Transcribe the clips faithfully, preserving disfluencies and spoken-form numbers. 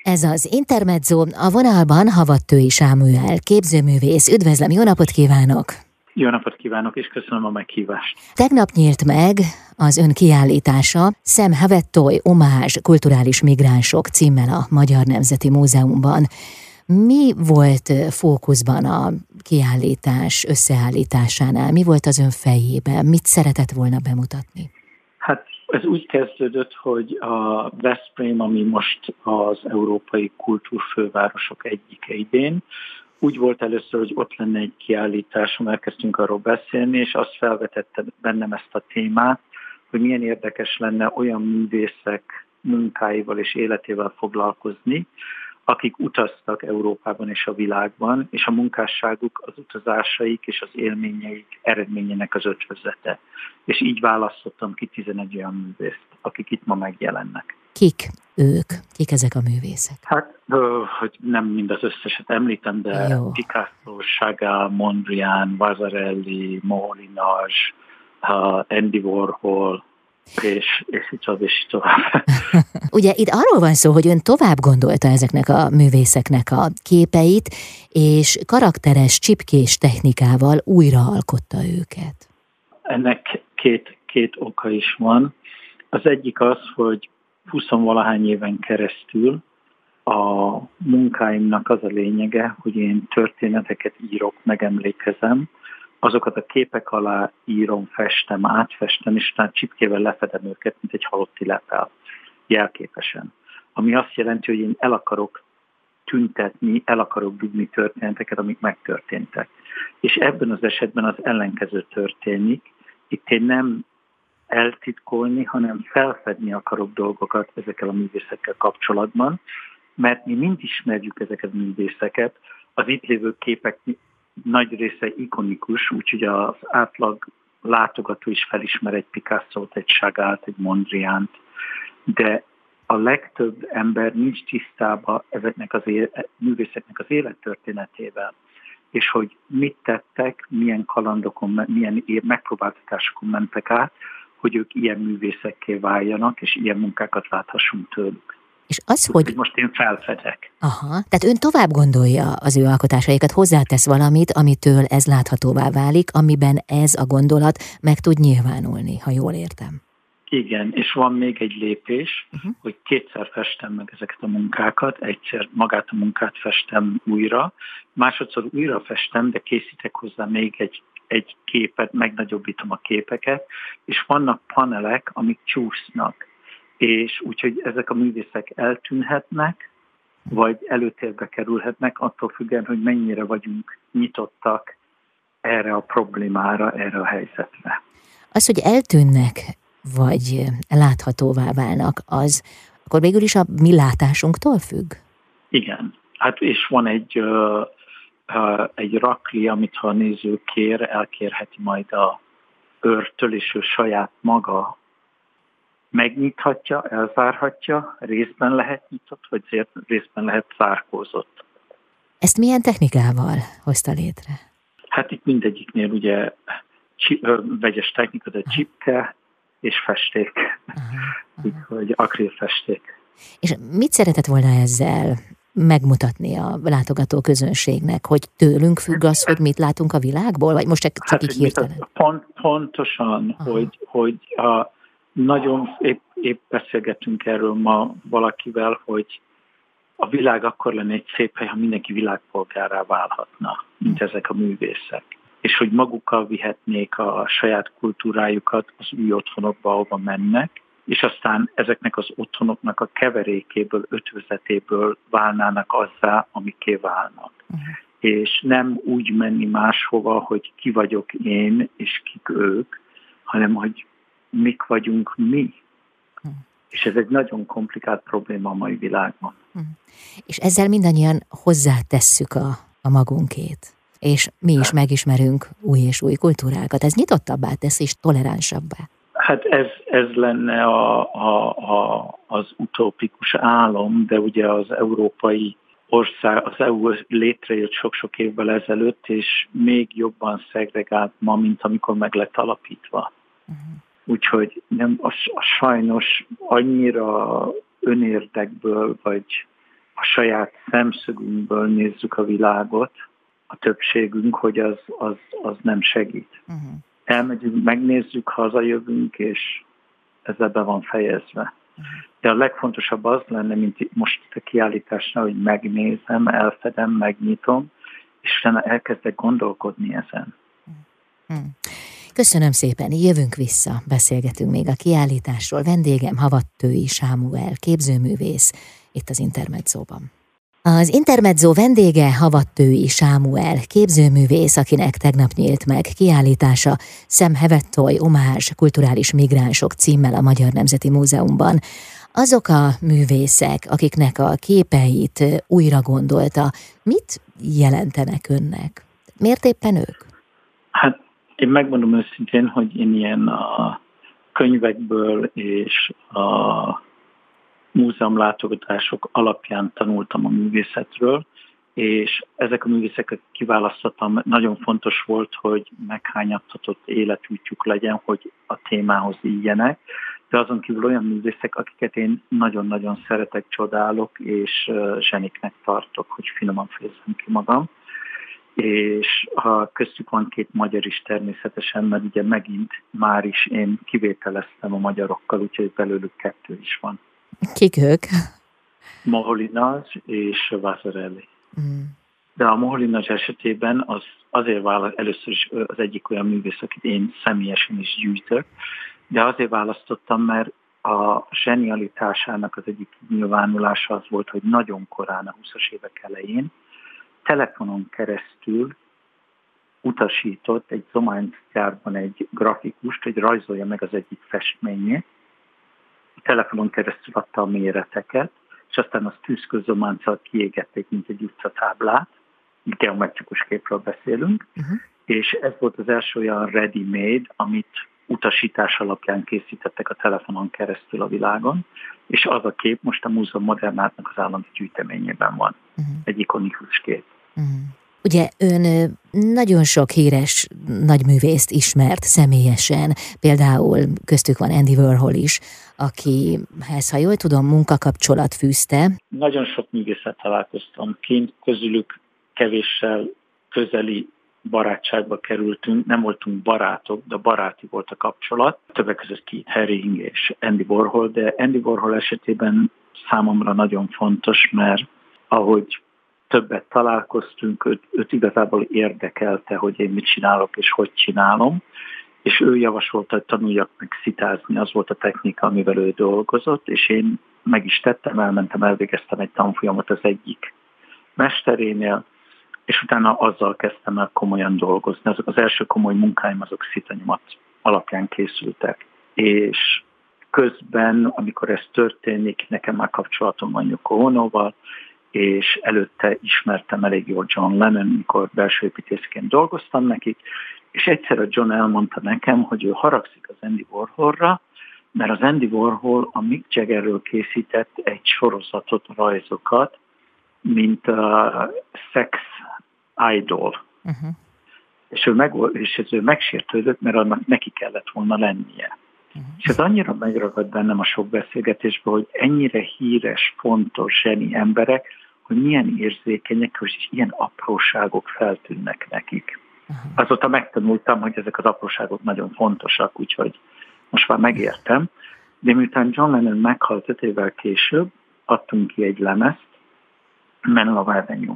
Ez az Intermezzo, a vonalban Havattői Sámuel, képzőművész. Üdvözlöm, jó napot kívánok! Jó napot kívánok, és köszönöm a meghívást. Tegnap nyílt meg az ön kiállítása Sam Havattői Omázs kulturális migránsok címmel a Magyar Nemzeti Múzeumban. Mi volt fókuszban a kiállítás összeállításánál? Mi volt az ön fejében? Mit szeretett volna bemutatni? Hát ez úgy kezdődött, hogy a Veszprém, ami most az európai kultúrfővárosok egyike idén, úgy volt először, hogy ott lenne egy kiállításom, elkezdtünk arról beszélni, és azt felvetette bennem ezt a témát, hogy milyen érdekes lenne olyan művészek munkáival és életével foglalkozni, akik utaztak Európában és a világban, és a munkásságuk az utazásaik és az élményeik eredményének az ötvözete. És így választottam ki tizenegy olyan művészt, akik itt ma megjelennek. Kik ők? Kik ezek a művészek? Hát, hogy nem mind az összeset említem, de Jó. Picasso, Chagall, Mondrian, Vasarely, Moholy-Nagy, Andy Warhol, és, és így tovább, és így tovább. Ugye itt arról van szó, hogy ön tovább gondolta ezeknek a művészeknek a képeit, és karakteres, csipkés technikával újraalkotta őket. Ennek két, két oka is van. Az egyik az, hogy huszonvalahány éven keresztül a munkáimnak az a lényege, hogy én történeteket írok, megemlékezem, azokat a képek alá írom, festem, átfestem, és utána csipkével lefedem őket, mint egy halotti lepel, jelképesen. Ami azt jelenti, hogy én el akarok tüntetni, el akarok dugni történeteket, amik megtörténtek. És ebben az esetben az ellenkező történik. Itt én nem eltitkolni, hanem felfedni akarok dolgokat ezekkel a művészekkel kapcsolatban, mert mi mind ismerjük ezeket a művészeket, az itt lévő képek nagy része ikonikus, úgyhogy az átlag látogató is felismer egy Picasso-t, egy Chagallt, egy Mondriant, de a legtöbb ember nincs tisztában ezeknek az éle, művészeknek az élettörténetével, és hogy mit tettek, milyen kalandokon, milyen megpróbáltatásokon mentek át, hogy ők ilyen művészekké váljanak, és ilyen munkákat láthassunk tőlük. És az, Úgy, hogy... most én felfedek. Aha, tehát ön tovább gondolja az ő alkotásaikat, hozzátesz valamit, amitől ez láthatóvá válik, amiben ez a gondolat meg tud nyilvánulni, ha jól értem. Igen, és van még egy lépés, uh-huh. hogy kétszer festem meg ezeket a munkákat, egyszer magát a munkát festem újra, másodszor újra festem, de készítek hozzá még egy, egy képet, megnagyobbítom a képeket, és vannak panelek, amik csúsznak. És úgyhogy ezek a művészek eltűnhetnek, vagy előtérbe kerülhetnek, attól függően, hogy mennyire vagyunk nyitottak erre a problémára, erre a helyzetre. Az, hogy eltűnnek, vagy láthatóvá válnak, az akkor végül is a mi látásunktól függ? Igen. Hát és van egy, uh, uh, egy rakli, amit ha a néző kér, elkérheti majd a őrtől, és ő saját maga megnyithatja, elzárhatja, részben lehet nyitott, vagy részben lehet zárkózott. Ezt milyen technikával hozta létre? Hát itt mindegyiknél ugye csi, ö, vegyes technika, de csipke és festék, úgyhogy akrilfesték. És mit szeretett volna ezzel megmutatni a látogató közönségnek, hogy tőlünk függ az, hogy mit látunk a világból, vagy most csak, csak hát, így hirtelen? Pont, pontosan, Aha. hogy, hogy a Nagyon épp, épp beszélgetünk erről ma valakivel, hogy a világ akkor lenne egy szép hely, ha mindenki világpolgárá válhatna, mint ezek a művészek. És hogy magukkal vihetnék a saját kultúrájukat az új otthonokba, ahova mennek, és aztán ezeknek az otthonoknak a keverékéből, ötvözetéből válnának azzá, amiké válnak. Uh-huh. És nem úgy menni máshova, hogy ki vagyok én, és kik ők, hanem hogy mik vagyunk mi. Hmm. És ez egy nagyon komplikált probléma a mai világban. Hmm. És ezzel mindannyian hozzátesszük a, a magunkét. És mi is hát, megismerünk új és új kultúrákat. Ez nyitottabbá tesz és toleránsabbá. Hát ez, ez lenne a, a, a, az utópikus álom, de ugye az európai ország, az é u létrejött sok-sok évvel ezelőtt, és még jobban szegregált ma, mint amikor meg lett alapítva. Uh-huh. Úgyhogy nem, a, a sajnos annyira önérdekből, vagy a saját szemszögünkből nézzük a világot, a többségünk, hogy az, az, az nem segít. Uh-huh. Elmegyünk, megnézzük, hazajövünk, és ezzel be van fejezve. Uh-huh. De a legfontosabb az lenne, mint most a kiállításnál, hogy megnézem, elfedem, megnyitom, és utána elkezdek gondolkodni ezen. Uh-huh. Köszönöm szépen, jövünk vissza, beszélgetünk még a kiállításról. Vendégem Havattői Sámuel, képzőművész, itt az Intermedzóban. Az Intermezzo vendége Havattői Sámuel, képzőművész, akinek tegnap nyílt meg kiállítása Sam Havettoy Omázs kulturális migránsok címmel a Magyar Nemzeti Múzeumban. Azok a művészek, akiknek a képeit újra gondolta, mit jelentenek önnek? Miért éppen ők? Hát én megmondom őszintén, hogy én ilyen a könyvekből és a múzeumlátogatások alapján tanultam a művészetről, és ezek a művészeket kiválasztottam. Nagyon fontos volt, hogy meghányattatott életútjuk legyen, hogy a témához ígyenek, de azon kívül olyan művészek, akiket én nagyon-nagyon szeretek, csodálok, és zseniknek tartok, hogy finoman fejezzem ki magam. És ha köztük van két magyar is természetesen, mert ugye megint már is én kivételeztem a magyarokkal, úgyhogy belőlük kettő is van. Kik ők? Moholy-Nagy és Vasarely. Mm. De a Moholy-Nagy esetében az azért választ, először is az egyik olyan művész, akit én személyesen is gyűjtök, de azért választottam, mert a zsenialitásának az egyik nyilvánulása az volt, hogy nagyon korán, a huszas évek elején telefonon keresztül utasított egy Zomány gyárban egy grafikust, hogy rajzolja meg az egyik festményét. Telefonon keresztül adta a méreteket, és aztán azt tűzközzománccal kiégették, mint egy utcatáblát. Geometrikus képről beszélünk. Uh-huh. És ez volt az első olyan ready-made, amit utasítás alapján készítettek a telefonon keresztül a világon, és az a kép most a Múzeum Modern Artnak az állami gyűjteményében van. Uh-huh. Egy ikonikus kép. Uh-huh. Ugye ön nagyon sok híres nagyművészt ismert személyesen, például köztük van Andy Warhol is, akihez, ha jól tudom, munkakapcsolat fűzte. Nagyon sok művészet találkoztam kint, közülük kevéssel közeli barátságba kerültünk, nem voltunk barátok, de baráti volt a kapcsolat. Többek között Keith Haring és Andy Warhol, de Andy Warhol esetében számomra nagyon fontos, mert ahogy többet találkoztunk, őt, őt igazából érdekelte, hogy én mit csinálok és hogy csinálom, és ő javasolta, hogy tanuljak meg szitázni, az volt a technika, amivel ő dolgozott, és én meg is tettem, elmentem, elvégeztem egy tanfolyamot az egyik mesterénél, és utána azzal kezdtem el komolyan dolgozni. Azok az első komoly munkáim, azok szitanyomat alapján készültek. És közben, amikor ez történik, nekem már kapcsolatom van Yoko Onóval, és előtte ismertem elég jól John Lennon, mikor belső építészként dolgoztam nekik, és egyszer a John elmondta nekem, hogy ő haragszik az Andy Warholra, mert az Andy Warhol a Mick Jaggerről készített egy sorozatot, rajzokat, mint a Sex Idol. Uh-huh. És, ő meg, és ez ő megsértődött, mert annak neki kellett volna lennie. Uh-huh. És ez annyira megragad bennem a sok beszélgetésben, hogy ennyire híres, fontos, zseni emberek, hogy milyen érzékenyek, és ilyen apróságok feltűnnek nekik. Uh-huh. Azóta megtanultam, hogy ezek az apróságok nagyon fontosak, úgyhogy most már megértem. De miután John Lennon meghalt öt évvel később, adtunk ki egy lemezt, Men Love Avenue.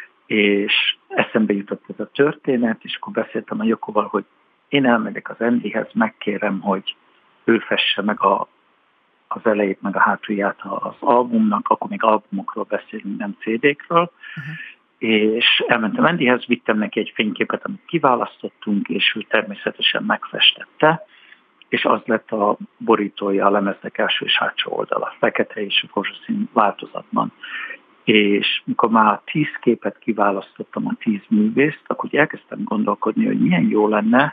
És eszembe jutott ez a történet, és akkor beszéltem a Jokoval, hogy én elmegyek az Andyhez, megkérem, hogy ő fesse meg a, az elejét, meg a hátulját az albumnak, akkor még albumokról beszélünk, nem cé dé-kről, uh-huh. És elmentem Andyhez, vittem neki egy fényképet, amit kiválasztottunk, és ő természetesen megfestette, és az lett a borítója a lemeznek első és hátsó oldala, fekete és rózsaszín változatban. És mikor már tíz képet kiválasztottam, a tíz művészt, akkor elkezdtem gondolkodni, hogy milyen jó lenne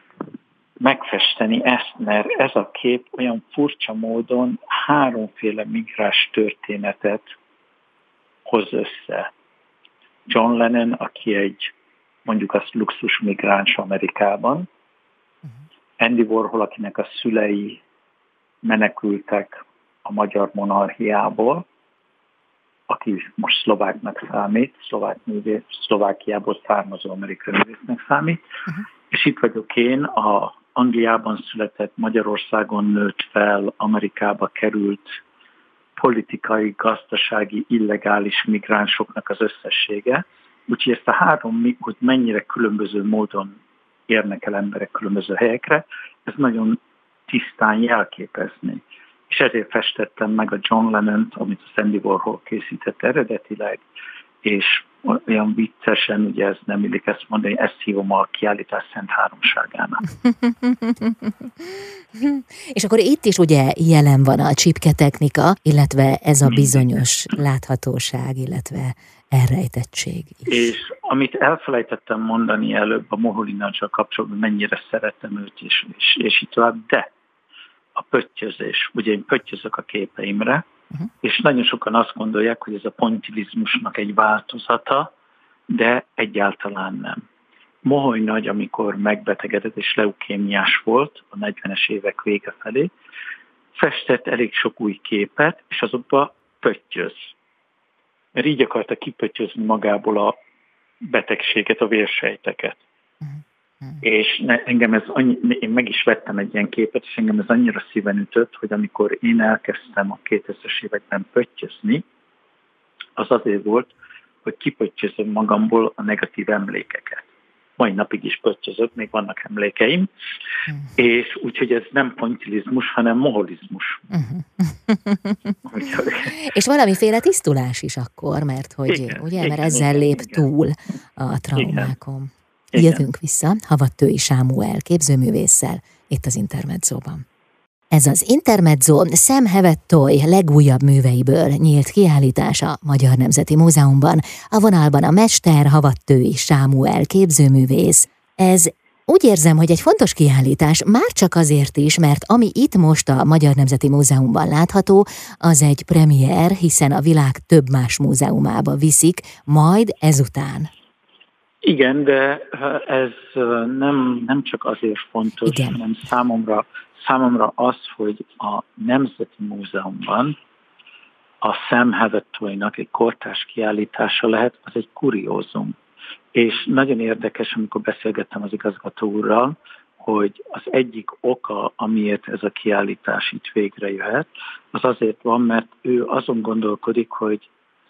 megfesteni ezt, mert ez a kép olyan furcsa módon háromféle migráns történetet hoz össze. John Lennon, aki egy, mondjuk azt luxus migráns Amerikában, uh-huh. Andy Warhol, akinek a szülei menekültek a magyar monarchiából, aki most szlováknak számít, szlovák művész, Szlovákiából származó amerikai művésznek számít, uh-huh. és itt vagyok én, a Angliában született, Magyarországon nőtt fel, Amerikába került politikai, gazdasági, illegális migránsoknak az összessége. Úgyhogy ezt a három, hogy mennyire különböző módon érnek el emberek különböző helyekre, ez nagyon tisztán jelképezni. És ezért festettem meg a John Lennont, amit a Andy Warhol készített eredetileg, és olyan viccesen, ugye ez nem illik ezt mondani, ezt hívom a kiállítás szent háromságának. És akkor itt is ugye jelen van a csipketechnika, illetve ez a bizonyos láthatóság, illetve elrejtettség is. És amit elfelejtettem mondani előbb a Moholy-Nagysal kapcsolatban, mennyire szeretem őt is, és, és így tovább, de a pöttyözés. Ugye én pöttyözök a képeimre, uh-huh. és nagyon sokan azt gondolják, hogy ez a pontilizmusnak egy változata, de egyáltalán nem. Moholy Nagy, amikor megbetegedett és leukémiás volt a negyvenes évek vége felé, festett elég sok új képet, és azokba pöttyöz. Mert így akarta kipöttyözni magából a betegséget, a vérsejteket. Uh-huh. És ne, engem ez annyi, én meg is vettem egy ilyen képet, és engem ez annyira szíven ütött, hogy amikor én elkezdtem a kétezres években pöttyözni, az azért volt, hogy kipöttyözöm magamból a negatív emlékeket. Mai napig is pöttyözök, még vannak emlékeim, mm. és úgyhogy ez nem pontilizmus, hanem moholizmus. Úgyhogy... És valamiféle tisztulás is akkor, mert hogy igen, ugye, igen, mert ezzel igen, lép igen. túl a traumákon. Igen. Jövünk vissza Havattői Sámuel képzőművésszel itt az Intermedzóban. Ez az Intermezzo Sam Havet-Toy legújabb műveiből nyílt kiállítás a Magyar Nemzeti Múzeumban. A vonalban a mester Havattői Sámuel képzőművész. Ez úgy érzem, hogy egy fontos kiállítás, már csak azért is, mert ami itt most a Magyar Nemzeti Múzeumban látható, az egy premier, hiszen a világ több más múzeumába viszik, majd ezután. Igen, de ez nem, nem csak azért fontos, igen. hanem számomra, számomra az, hogy a Nemzeti Múzeumban a Sam Havet-Toynak egy kortárs kiállítása lehet, az egy kuriózum. És nagyon érdekes, amikor beszélgettem az igazgató úrral, hogy az egyik oka, amiért ez a kiállítás itt végre jöhet, az azért van, mert ő azon gondolkodik, hogy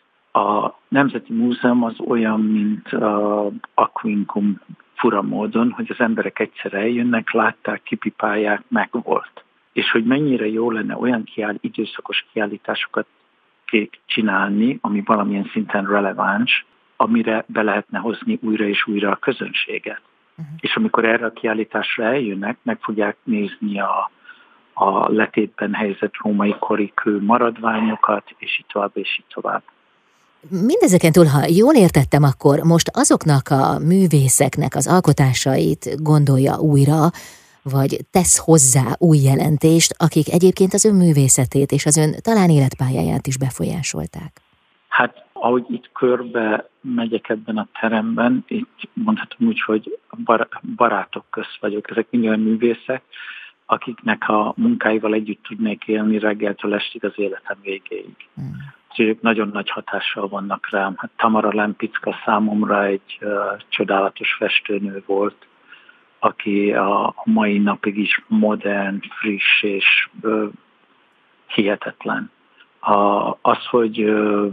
a Nemzeti Múzeum az olyan, mint a Aquincum fura módon, hogy az emberek egyszer eljönnek, látták, kipipálják, megvolt. És hogy mennyire jó lenne olyan kiáll, időszakos kiállításokat csinálni, ami valamilyen szinten releváns, amire be lehetne hozni újra és újra a közönséget. Uh-huh. És amikor erre a kiállításra eljönnek, meg fogják nézni a, a letétben helyezett római kori kő maradványokat, és így tovább, és így tovább. Mindezeken túl, ha jól értettem, akkor most azoknak a művészeknek az alkotásait gondolja újra, vagy tesz hozzá új jelentést, akik egyébként az ön művészetét és az ön talán életpályáját is befolyásolták. Hát, ahogy itt körbe megyek ebben a teremben, itt mondhatom úgy, hogy bar- barátok közt vagyok. Ezek mind olyan művészek, akiknek a munkáival együtt tudnék élni reggeltől estig az életem végéig. Hmm. Úgyhogy nagyon nagy hatással vannak rám. Hát Tamara Lempicka számomra egy uh, csodálatos festőnő volt, aki a mai napig is modern, friss és uh, hihetetlen. A, az, hogy uh,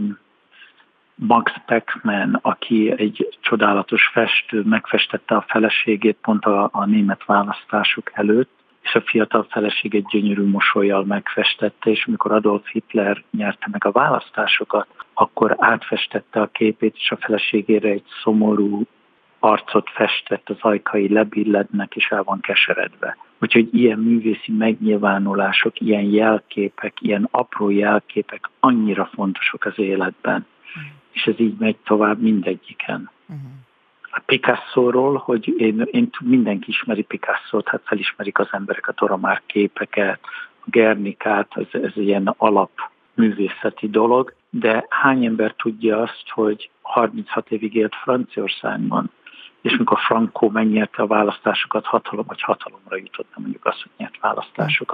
Max Beckmann, aki egy csodálatos festő, megfestette a feleségét pont a, a német választások előtt, és a fiatal feleség egy gyönyörű mosollyal megfestette, és amikor Adolf Hitler nyerte meg a választásokat, akkor átfestette a képét, és a feleségére egy szomorú arcot festett, az ajkai lebillednek, és el van keseredve. Úgyhogy ilyen művészi megnyilvánulások, ilyen jelképek, ilyen apró jelképek annyira fontosak az életben. Mm. És ez így megy tovább mindegyiken. Mm. A Picasso-ról, hogy én, én mindenki ismeri Picasso-t, hát felismerik az emberek a Toromár képeket, a Gernikát, ez, ez ilyen alap művészeti dolog, de hány ember tudja azt, hogy harminchat évig élt Franciaországban, és mikor Franco megnyerte a választásokat, hatalom, vagy hatalomra jutott, nem mondjuk azt, hogy nyert választásokat,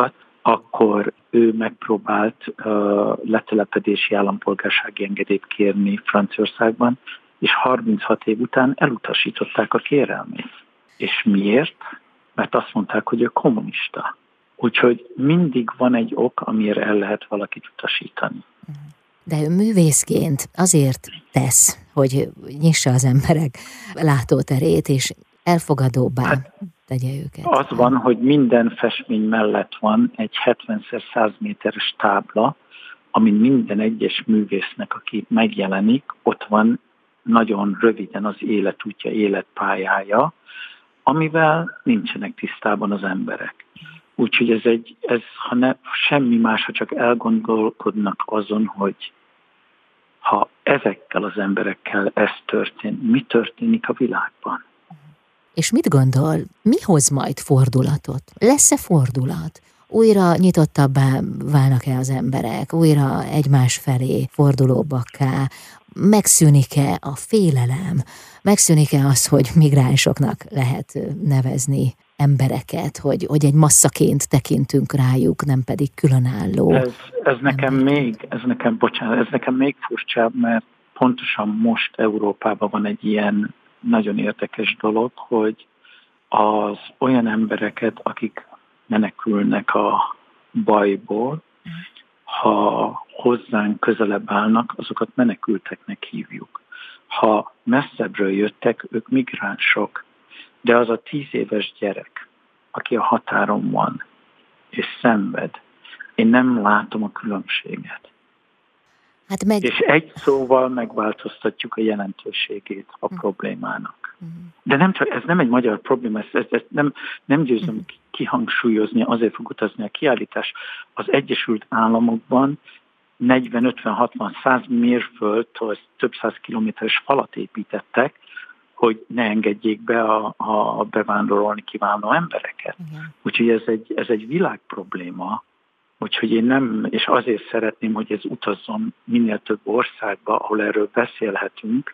akkor ő megpróbált uh, letelepedési állampolgársági engedélyt kérni Franciaországban, és harminchat év után elutasították a kérelmét. És miért? Mert azt mondták, hogy ő kommunista. Úgyhogy mindig van egy ok, amiért el lehet valakit utasítani. De ő művészként azért tesz, hogy nyissa az emberek látóterét, és elfogadóbbá hát, tegye őket. Az van, hogy minden festmény mellett van egy hetven száz méteres tábla, amin minden egyes művésznek, aki megjelenik, ott van nagyon röviden az életútja, életpályája, amivel nincsenek tisztában az emberek. Úgyhogy ez egy, ez, ha ne, semmi más, ha csak elgondolkodnak azon, hogy ha ezekkel az emberekkel ez történik, mi történik a világban? És mit gondol, mi hoz majd fordulatot? Lesz-e fordulat? Újra nyitottabbá válnak-e az emberek? Újra egymás felé fordulóbbakká? Megszűnik-e a félelem? Megszűnik-e az, hogy migránsoknak lehet nevezni embereket, hogy, hogy egy masszaként tekintünk rájuk, nem pedig különálló? Ez, ez nekem még, ez nekem, bocsánat, ez nekem még furcsább, mert pontosan most Európában van egy ilyen nagyon érdekes dolog, hogy az olyan embereket, akik menekülnek a bajból, ha hozzánk közelebb állnak, azokat menekülteknek hívjuk. Ha messzebbről jöttek, ők migránsok, de az a tíz éves gyerek, aki a határon van, és szenved, én nem látom a különbséget. Hát meg... És egy szóval megváltoztatjuk a jelentőségét a problémának. De nem csak, ez nem egy magyar probléma, ezt, ezt, ezt nem, nem győzöm kihangsúlyozni, azért fog utazni a kiállítás. Az Egyesült Államokban negyven, ötven, hatvan, száz mérföldtől több száz kilométeres falat építettek, hogy ne engedjék be a, a bevándorolni kívánó embereket. Igen. Úgyhogy ez egy, ez egy világprobléma, úgyhogy én nem, és azért szeretném, hogy ez utazzon minél több országba, ahol erről beszélhetünk,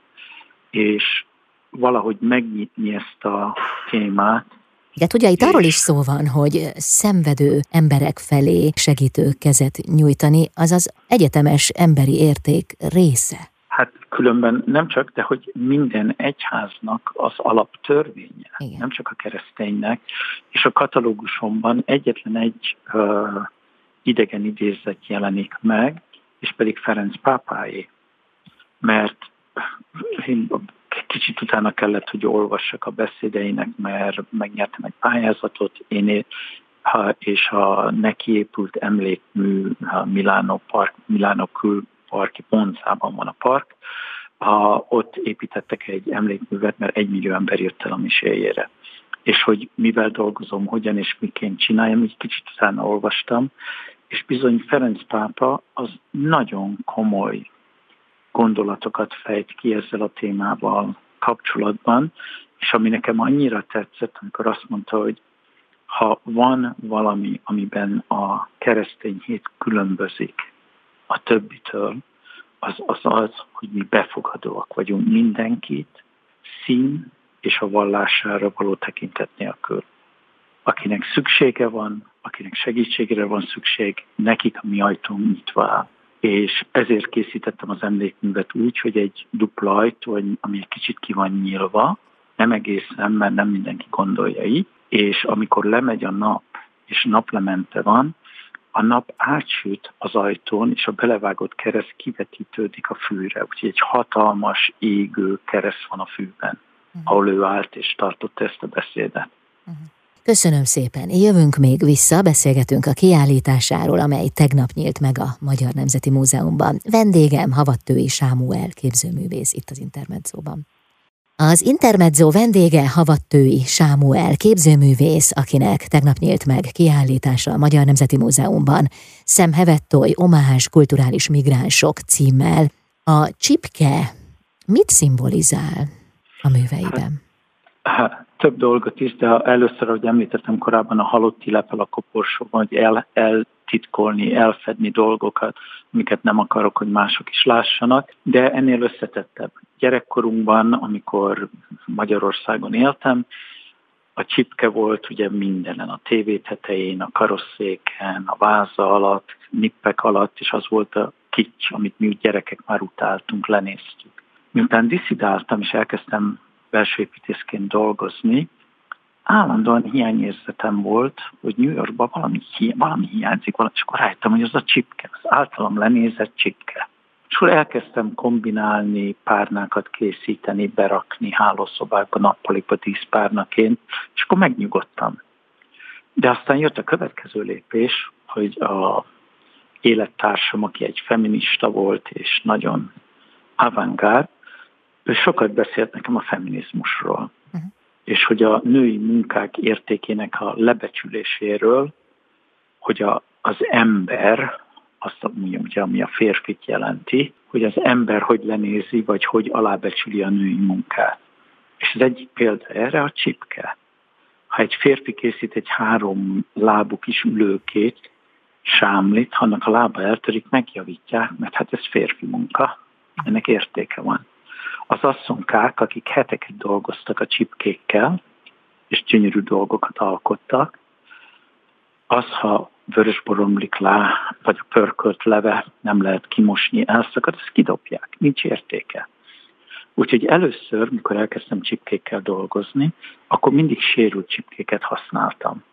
és valahogy megnyitni ezt a témát. De ugye itt arról is szó van, hogy szenvedő emberek felé segítő kezet nyújtani, az az egyetemes emberi érték része. Hát különben nem csak, de hogy minden egyháznak az alaptörvénye, igen. Nem csak a kereszténynek, és a katalógusomban egyetlen egy uh, idegen idézet jelenik meg, és pedig Ferenc pápáé. Mert én kicsit utána kellett, hogy olvassak a beszédeinek, mert megnyertem egy pályázatot, én és a neki épült emlékmű a Milánó Park, Milánó külparki Poncában van a park, a, ott építettek egy emlékművet, mert egy millió ember jött el a miséjére. És hogy mivel dolgozom, hogyan és miként csináljam, így kicsit utána olvastam, és bizony Ferenc pápa az nagyon komoly gondolatokat fejt ki ezzel a témával kapcsolatban, és ami nekem annyira tetszett, amikor azt mondta, hogy ha van valami, amiben a keresztény hit különbözik a többitől, az az, az hogy mi befogadóak vagyunk mindenkit, szín és a vallására való tekintet nélkül. Akinek szüksége van, akinek segítségre van szükség, nekik a mi ajtónk nyitva áll. És ezért készítettem az emlékművet úgy, hogy egy dupla ajtó, ami egy kicsit ki van nyílva, nem egészen, mert nem mindenki gondolja így, és amikor lemegy a nap, és naplemente van, a nap átsüt az ajtón, és a belevágott kereszt kivetítődik a fűre. Úgyhogy egy hatalmas, égő kereszt van a fűben, uh-huh. ahol ő állt és tartotta ezt a beszédet. Uh-huh. Köszönöm szépen. Jövünk még vissza, beszélgetünk a kiállításáról, amely tegnap nyílt meg a Magyar Nemzeti Múzeumban. Vendégem Havattői Sámuel képzőművész itt az Intermedzóban. Az Intermedzó vendége Havattői Sámuel képzőművész, akinek tegnap nyílt meg kiállítása a Magyar Nemzeti Múzeumban Sam Havettoy Omázs kulturális migránsok címmel. A csipke mit szimbolizál a műveiben? Hát, több dolgot is, de először, ahogy említettem korábban, a halotti lepel a koporsóban, hogy el, eltitkolni, elfedni dolgokat, amiket nem akarok, hogy mások is lássanak, de ennél összetettebb. Gyerekkorunkban, amikor Magyarországon éltem, a csipke volt ugye mindenen, a tévé tetején, a karosszéken, a váza alatt, nippek alatt, és az volt a kics, amit mi gyerekek már utáltunk, lenéztük. Miután diszidáltam, és elkezdtem belsőépítészként dolgozni, állandóan hiányérzetem volt, hogy New Yorkban valami, hi- valami hiányzik, valami, és akkor rájöttem, hogy az a csipke, az általam lenézett csipke. És akkor elkezdtem kombinálni, párnákat készíteni, berakni hálószobákba, nappalikba díszpárnaként, és akkor megnyugodtam. De aztán jött a következő lépés, hogy a élettársam, aki egy feminista volt, és nagyon avantgárd, ő sokat beszélt nekem a feminizmusról. Uh-huh. És hogy a női munkák értékének a lebecsüléséről, hogy a, az ember, azt ugye, ami a férfit jelenti, hogy az ember hogy lenézi, vagy hogy alábecsüli a női munkát. És az egyik példa erre a csipke. Ha egy férfi készít egy három lábú kis ülőkét, sámlit, ha annak a lába eltörik, megjavítják, mert hát ez férfi munka, ennek értéke van. Az asszonykák, akik heteket dolgoztak a csipkékkel, és gyönyörű dolgokat alkottak, az, ha vörösbor omlik lá, vagy a pörkölt leve nem lehet kimosni, elszakad, ezt kidobják, nincs értéke. Úgyhogy először, mikor elkezdtem csipkékkel dolgozni, akkor mindig sérült csipkéket használtam.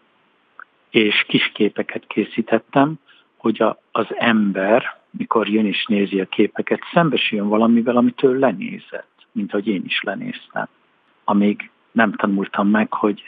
És kis képeket készítettem, hogy a, az ember, mikor jön és nézi a képeket, szembesüljön valamivel, amitől lenézett, mint ahogy én is lenéztem. Amíg nem tanultam meg, hogy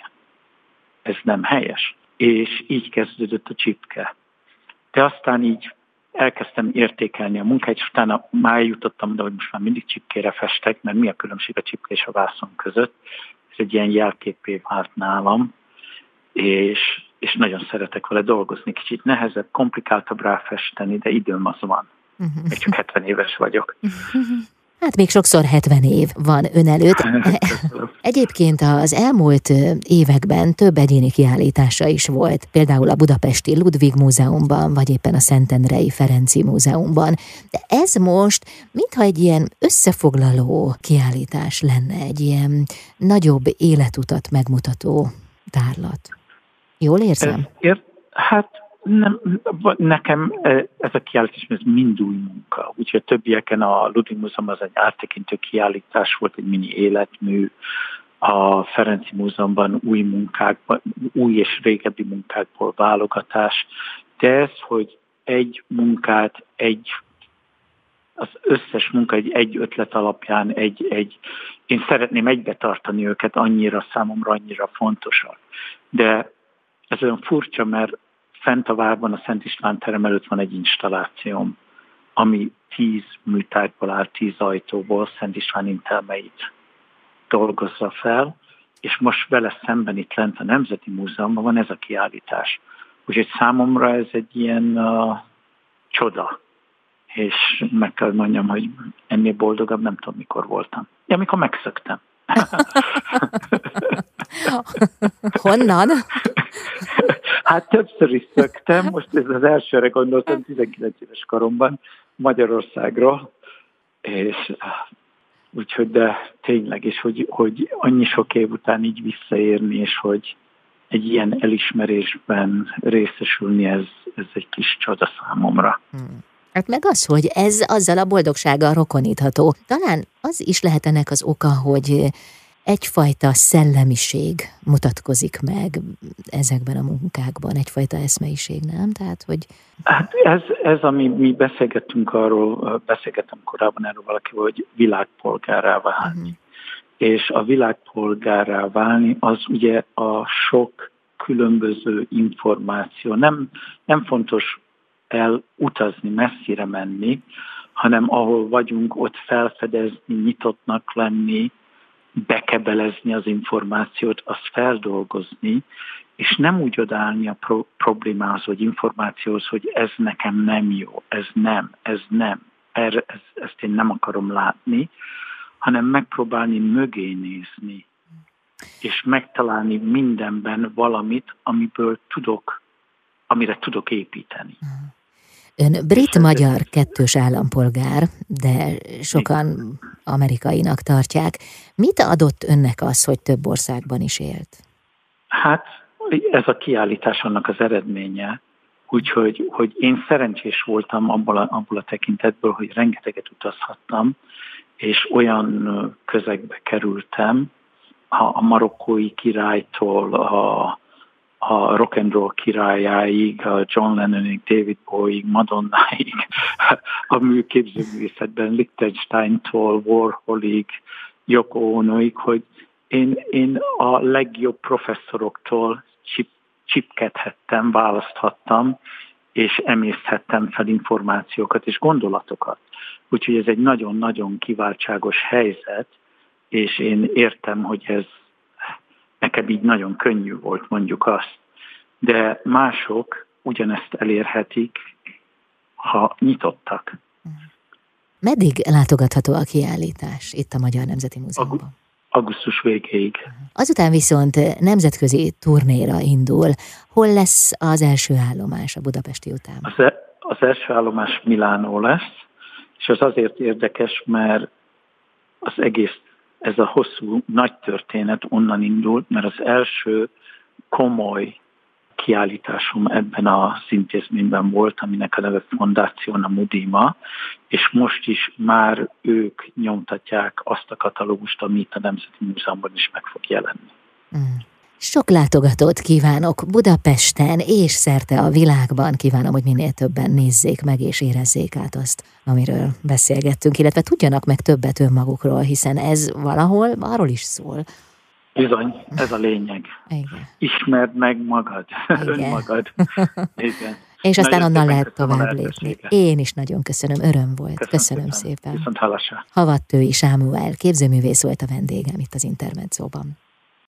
ez nem helyes. És így kezdődött a csipke. De aztán így elkezdtem értékelni a munkát, és utána már jutottam oda, hogy most már mindig csipkére festek, mert mi a különbség a csipke és a vászon között. Ez egy ilyen jelképé vált nálam, és, és nagyon szeretek vele dolgozni. Kicsit nehezebb, komplikáltabb ráfesteni, de időm az van. Még csak hetven éves vagyok. Hát még sokszor hetven év van ön előtt. Egyébként az elmúlt években több egyéni kiállítása is volt, például a budapesti Ludwig Múzeumban, vagy éppen a Szentendrei Ferenci Múzeumban. De ez most mintha egy ilyen összefoglaló kiállítás lenne, egy ilyen nagyobb életutat megmutató tárlat. Jól érzem? Ér, hát nem, nekem ez a kiállítás ez mind új munka. Úgyhogy a többieken a Ludwig Múzeum az egy áttekintő kiállítás volt, egy mini életmű, a Ferenci Múzeumban új munkákban, új és régebbi munkákból válogatás. De ez, hogy egy munkát, egy az összes munka egy, egy ötlet alapján, egy, egy, én szeretném egybe tartani őket, annyira számomra, annyira fontosak. De ez olyan furcsa, mert fent a várban, a Szent István terem előtt van egy installációm, ami tíz műtárgyból áll, tíz ajtóból Szent István intelmeit dolgozza fel, és most vele szemben itt lent a Nemzeti Múzeumban van ez a kiállítás. Úgyhogy számomra ez egy ilyen uh, csoda. És meg kell mondjam, hogy ennél boldogabb nem tudom, mikor voltam. Ja, amikor megszöktem. Honnan? Hát többször is szöktem, most ez az elsőre gondoltam tizenkilenc éves koromban Magyarországról, és úgyhogy de tényleg, és hogy, hogy annyi sok év után így visszaérni, és hogy egy ilyen elismerésben részesülni, ez, ez egy kis csoda számomra. Hmm. Hát meg az, hogy ez azzal a boldogsággal rokonítható. Talán az is lehet ennek az oka, hogy egyfajta szellemiség mutatkozik meg ezekben a munkákban, egyfajta eszmeiség, nem? Tehát, hogy... Hát ez, ez ami mi beszélgettünk arról, beszélgettem korábban erről valakivel, hogy világpolgárrá válni. Uh-huh. És a világpolgárrá válni az ugye a sok különböző információ. Nem, nem fontos elutazni, messzire menni, hanem ahol vagyunk, ott felfedezni, nyitottnak lenni, bekebelezni az információt, azt feldolgozni, és nem úgy odaállni a pro- problémához, vagy információhoz, hogy ez nekem nem jó, ez nem, ez nem, erre, ez, ezt én nem akarom látni, hanem megpróbálni mögé nézni, és megtalálni mindenben valamit, amiből tudok, amire tudok építeni. Ön brit-magyar kettős állampolgár, de sokan amerikainak tartják. Mit adott önnek az, hogy több országban is élt? Hát ez a kiállítás annak az eredménye, úgyhogy hogy én szerencsés voltam abból a, abból a tekintetből, hogy rengeteget utazhattam, és olyan közegbe kerültem, a, a marokkói királytól a, a rock and roll királyáig, a John Lennonig, David Bowie-ig, Madonnáig, a műképzőművészetben Liechtensteintól, Warholig, Yoko Onoig, hogy én, én a legjobb professzoroktól csip, csipkedhettem, választhattam, és emészthettem fel információkat és gondolatokat. Úgyhogy ez egy nagyon-nagyon kiváltságos helyzet, és én értem, hogy ez nekem így nagyon könnyű volt, mondjuk azt. De mások ugyanezt elérhetik, ha nyitottak. Meddig látogatható a kiállítás itt a Magyar Nemzeti Múzeumban? Augusztus végéig. Azután viszont nemzetközi turnéra indul. Hol lesz az első állomás a budapesti után? Az, e- az első állomás Milánó lesz, és az azért érdekes, mert az egész, ez a hosszú nagy történet onnan indult, mert az első komoly kiállításom ebben az intézményben volt, aminek a neve Fondazione Mudima, és most is már ők nyomtatják azt a katalógust, amit a Nemzeti Múzeumban is meg fog jelenni. Mm. Sok látogatót kívánok Budapesten és szerte a világban. Kívánom, hogy minél többen nézzék meg és érezzék át azt, amiről beszélgettünk, illetve tudjanak meg többet önmagukról, hiszen ez valahol arról is szól. Bizony, ez a lényeg. Igen. Ismerd meg magad, Igen. önmagad. Igen. És aztán nagyon onnan lehet tovább lépni. Én is nagyon köszönöm, öröm volt. Köszönöm, köszönöm köszönöm szépen. Viszont hallásra. Havattői Sámuel képzőművész volt a vendégem itt az Intermedzóban.